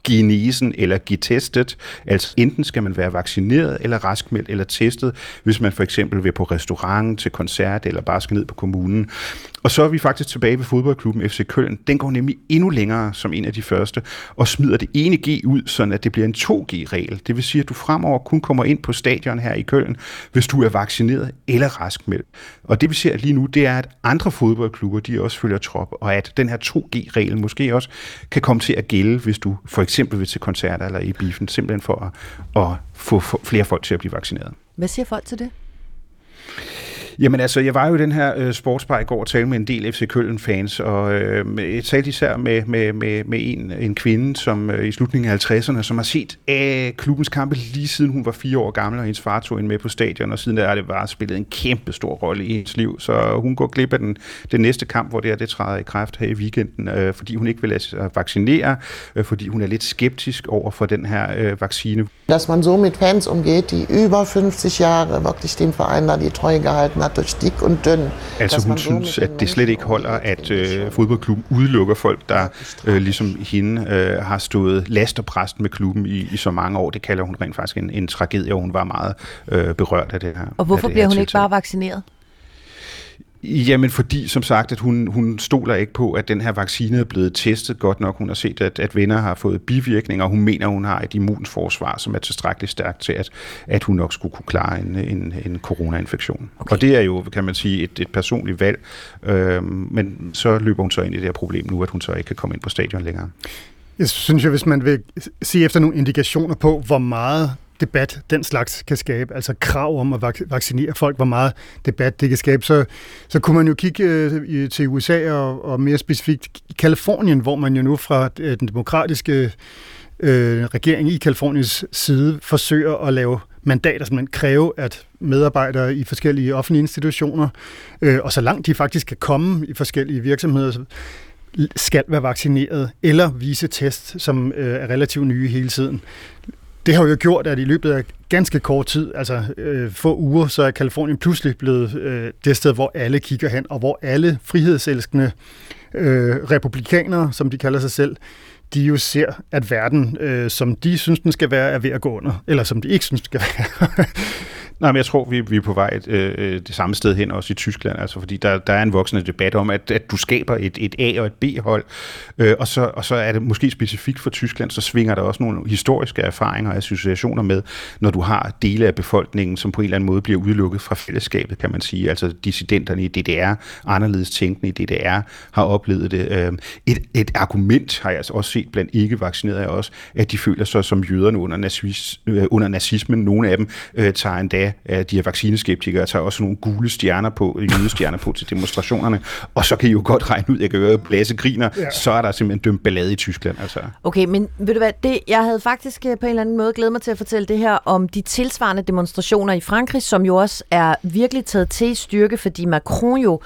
S8: genesen eller getestet. Altså enten skal man være vaccineret eller raskmeldt eller testet, hvis man for eksempel vil på restaurant, til koncert eller bare skal ned på kommunen. Og så er vi faktisk tilbage ved fodboldklubben FC Köln. Den går nemlig endnu længere som en af de første, og smider det ene G ud, sådan at det bliver en 2G-regel. Det vil sige, at du fremover kun kommer ind på stadion her i Köln, hvis du er vaccineret eller raskmeldt. Og det vi ser lige nu, det er, at andre fodboldklubber, de også følger trop, og at den her 2G-regel måske også kan komme til at gælde, hvis du for eksempel vil til koncerter eller i biffen, simpelthen for at få flere folk til at blive vaccineret.
S3: Hvad siger folk til det?
S8: Jamen altså, jeg var jo i den her sportsbar i går og talte med en del FC Köln-fans, og jeg talte især med en kvinde, som i slutningen af 50'erne, som har set klubbens kampe lige siden hun var 4 år gammel, og hendes far tog hende med på stadion, og siden der har det bare spillet en kæmpe stor rolle i hendes liv, så hun går glip af den næste kamp, hvor det træder i kraft her i weekenden, fordi hun ikke vil lade sig vaccinere, fordi hun er lidt skeptisk over for den her vaccine.
S13: Dass man so mit Fans umgeht, die über 50 Jahre wirklich dem Verein da die Treue gehalten hat, durch dick und dünn.
S8: Altså hun synes, at det slet ikke holder, at fodboldklubben udelukker folk, der ligesom hende har stået last og brast med klubben i så mange år. Det kalder hun rent faktisk en tragedie, og hun var meget berørt af det her.
S3: Og hvorfor bliver hun ikke bare vaccineret?
S8: Jamen fordi, som sagt, at hun stoler ikke på, at den her vaccine er blevet testet godt nok. Hun har set, at venner har fået bivirkninger, og hun mener, at hun har et immunforsvar, som er tilstrækkeligt stærkt til, at hun nok skulle kunne klare en coronainfektion. Okay. Og det er jo, kan man sige, et personligt valg, men så løber hun så ind i det her problem nu, at hun så ikke kan komme ind på stadion længere.
S2: Jeg synes jo, hvis man vil se efter nogle indikationer på, hvor meget debat den slags kan skabe, altså krav om at vaccinere folk, hvor meget debat det kan skabe, så kunne man jo kigge til USA og mere specifikt i Californien, hvor man jo nu fra den demokratiske regering i Californiens side forsøger at lave mandater, som man kræver, at medarbejdere i forskellige offentlige institutioner, og så langt de faktisk kan komme i forskellige virksomheder, skal være vaccineret eller vise test, som er relativt nye hele tiden. Det har jo gjort, at i løbet af ganske kort tid, altså få uger, så er Californien pludselig blevet det sted, hvor alle kigger hen, og hvor alle frihedselskende republikanere, som de kalder sig selv, de jo ser, at verden, som de synes, den skal være, er ved at gå under, eller som de ikke synes, den skal være.
S8: Nej, men jeg tror, vi er på vej det samme sted hen, også i Tyskland, altså, fordi der er en voksende debat om, at du skaber et A- og et B-hold, og så er det måske specifikt for Tyskland, så svinger der også nogle historiske erfaringer og associationer med, når du har dele af befolkningen, som på en eller anden måde bliver udelukket fra fællesskabet, kan man sige, altså dissidenterne i DDR, anderledes tænkende i DDR, har oplevet det. Et argument har jeg altså også set blandt ikke-vaccinerede også, at de føler sig som jøderne under nazismen. Nogle af dem tager endda, de her vaccineskeptikere, tager også nogle gule stjerner på, jødestjerner på til demonstrationerne, og så kan I jo godt regne ud, jeg kan høre blæse griner, så er der simpelthen dømt ballade i Tyskland. Altså.
S3: Okay, men ved du hvad, jeg havde faktisk på en eller anden måde glædet mig til at fortælle det her om de tilsvarende demonstrationer i Frankrig, som jo også er virkelig taget til styrke, fordi Macron jo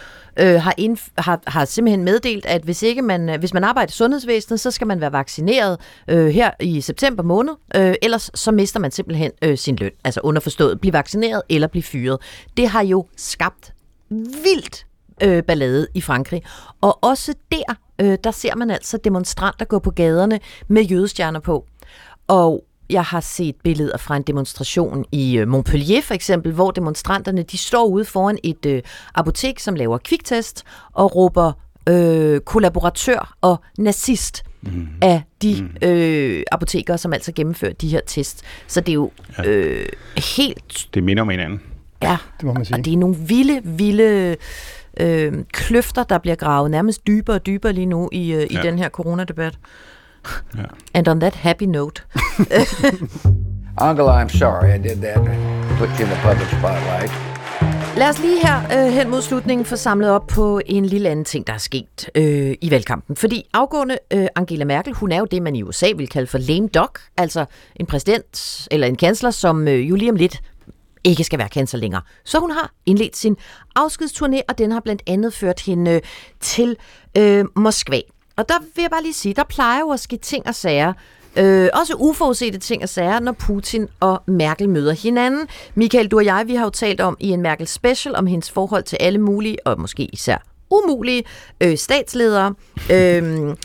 S3: har simpelthen meddelt, at hvis man arbejder i sundhedsvæsenet, så skal man være vaccineret her i september måned, ellers så mister man simpelthen sin løn, altså underforstået, blive vaccineret eller blive fyret. Det har jo skabt vildt ballade i Frankrig, og også der ser man altså demonstranter gå på gaderne med jødestjerner på, og jeg har set billeder fra en demonstration i Montpellier for eksempel, hvor demonstranterne de står ude foran et apotek, som laver kviktest og råber kollaboratør og nazist af de apotekere, som altså gennemfører de her tests. Så det er jo helt...
S8: Det minder om hinanden.
S3: Ja,
S2: det må man sige.
S3: Og det er nogle vilde kløfter, der bliver gravet nærmest dybere og dybere lige nu i den her coronadebat.
S8: Ja.
S3: And on that happy note.
S14: Angela, I'm sorry I did that. Put you in the public spotlight.
S3: Lad os lige her hen mod slutningen få samlet op på en lille anden ting, der er sket i valgkampen. Fordi afgående Angela Merkel, hun er jo det, man i USA vil kalde for lame duck, altså en præsident eller en kansler, som jo lige om lidt ikke skal være kansler længere. Så hun har indledt sin afskedsturné, og den har blandt andet ført hende til Moskva. Og der vil jeg bare lige sige, der plejer jo at ske ting og sager, også uforudsete ting og sager, når Putin og Merkel møder hinanden. Michael, du og jeg, vi har jo talt om i en Merkel special om hendes forhold til alle mulige, og måske især umulige statsledere.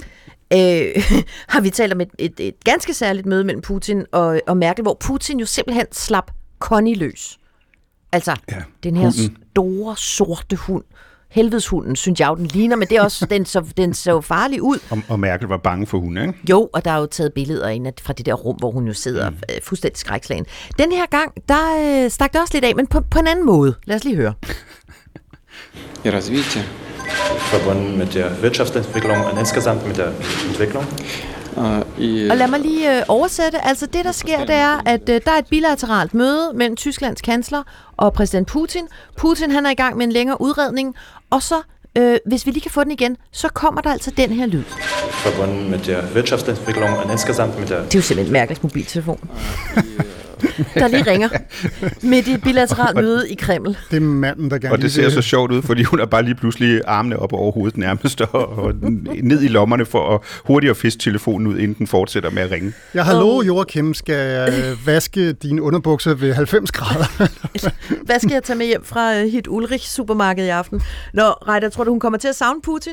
S3: har vi talt om et ganske særligt møde mellem Putin og Merkel, hvor Putin jo simpelthen slap Connie løs. Altså, den her store, sorte hund. Helvedeshunden, synes jeg jo, den ligner, men det er også, den så farlig ud.
S8: Og Merkel var bange for hunden, ikke?
S3: Jo, og der er jo taget billeder fra det der rum, hvor hun jo sidder fuldstændig skrækslagen. Den her gang, der stak det også lidt af, men på en anden måde. Lad os lige høre.
S15: Ja, развитие.
S1: Verbunden mit der Wirtschaftsentwicklung und insgesamt mit der Entwicklung.
S3: Og lad mig lige oversætte. Altså det, der sker, det er, at der er et bilateralt møde mellem Tysklands kansler og præsident Putin. Putin, han er i gang med en længere udredning, og så, hvis vi lige kan få den igen, så kommer der altså den her lyd.
S1: Verbunden mit der Wirtschaftsentwicklung und insgesamt mit der...
S3: Det er jo simpelthen Merkels mobiltelefon. Der lige ringer midt i et bilateralt møde i Kreml.
S2: Det er manden, der gerne.
S8: Og det ser så sjovt ud, fordi hun er bare lige pludselig armene op over hovedet nærmest, og ned i lommerne for at hurtigt fiske telefonen ud, inden den fortsætter med at ringe.
S2: Ja, hallo Joachim, skal jeg vaske dine underbukser ved 90 grader?
S3: Hvad skal jeg tage med hjem fra Hit Ulrich supermarked i aften? Nå, Reiter, tror du, hun kommer til at savne Putin?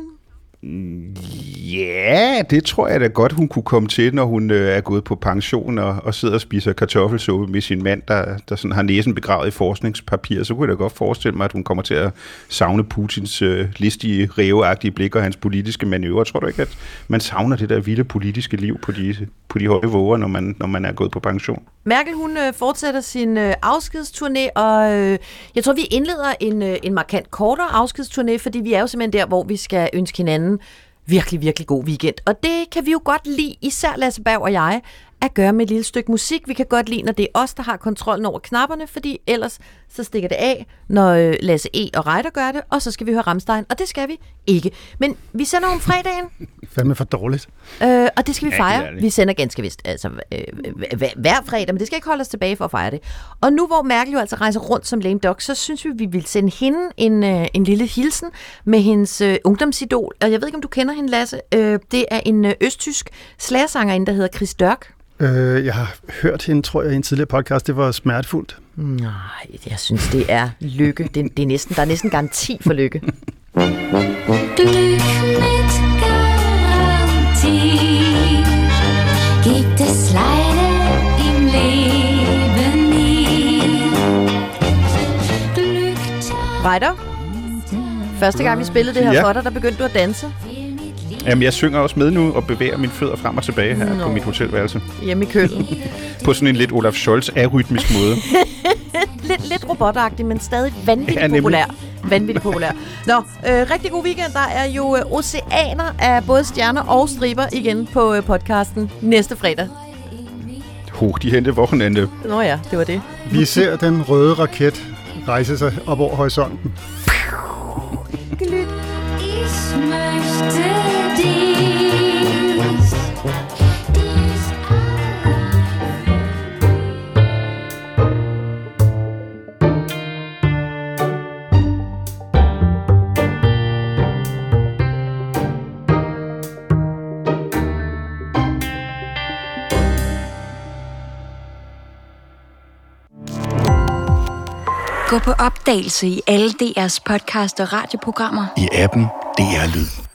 S8: Ja, det tror jeg da godt, hun kunne komme til, når hun er gået på pension og sidder og spiser kartoffelsuppe med sin mand, der sådan har næsen begravet i forskningspapir. Så kunne jeg da godt forestille mig, at hun kommer til at savne Putins listige, ræveagtige blik og hans politiske manøvrer. Tror du ikke, at man savner det der vilde politiske liv på de høje våger, når man er gået på pension?
S3: Merkel, hun fortsætter sin afskedsturné, og jeg tror, vi indleder en markant kortere afskedsturné, fordi vi er jo simpelthen der, hvor vi skal ønske hinanden virkelig, virkelig god weekend. Og det kan vi jo godt lide, især Lasse Berg og jeg, at gøre med et lille stykke musik. Vi kan godt lide, når det er os, der har kontrollen over knapperne, fordi ellers så stikker det af, når Lasse E. og Reiter gør det, og så skal vi høre Rammstein, og det skal vi ikke. Men vi sender om fredagen.
S2: Fandme for dårligt.
S3: Og det skal vi fejre. Vi sender ganske vist altså, hver fredag, men det skal ikke holde os tilbage for at fejre det. Og nu hvor Merkel jo altså rejser rundt som lame dog, så synes vi vil sende hende en lille hilsen med hendes ungdomsidol. Og jeg ved ikke, om du kender hende, Lasse. Det er en østtysk slagersangerinde, der hedder Chris Dörk.
S2: Jeg har hørt hende, tror jeg, i en tidligere podcast. Det var smertefuldt.
S3: Nej, jeg synes, det er lykke. Der er næsten garanti for lykke.
S16: Gibt es leider im Leben nie.
S3: Reiter, første gang vi spillede det her for dig, der begyndte du at danse.
S8: Jamen, jeg synger også med nu og bevæger mine fødder frem og tilbage her på mit hotelværelse.
S3: Hjemme i kølen.
S8: På sådan en lidt Olaf Scholz arytmisk måde.
S3: lidt robotagtig, men stadig vanvittigt populær. Vanvittigt populær. Nå, rigtig god weekend. Der er jo oceaner af både stjerner og striber igen på podcasten næste fredag.
S8: De hente Wochenende.
S3: Nå ja, det var det.
S2: Vi ser den røde raket rejse sig op over horisonten.
S16: Ich möchte dies.
S17: Gå på opdagelse i alle DR's podcast og radioprogrammer.
S18: I appen DR Lyd.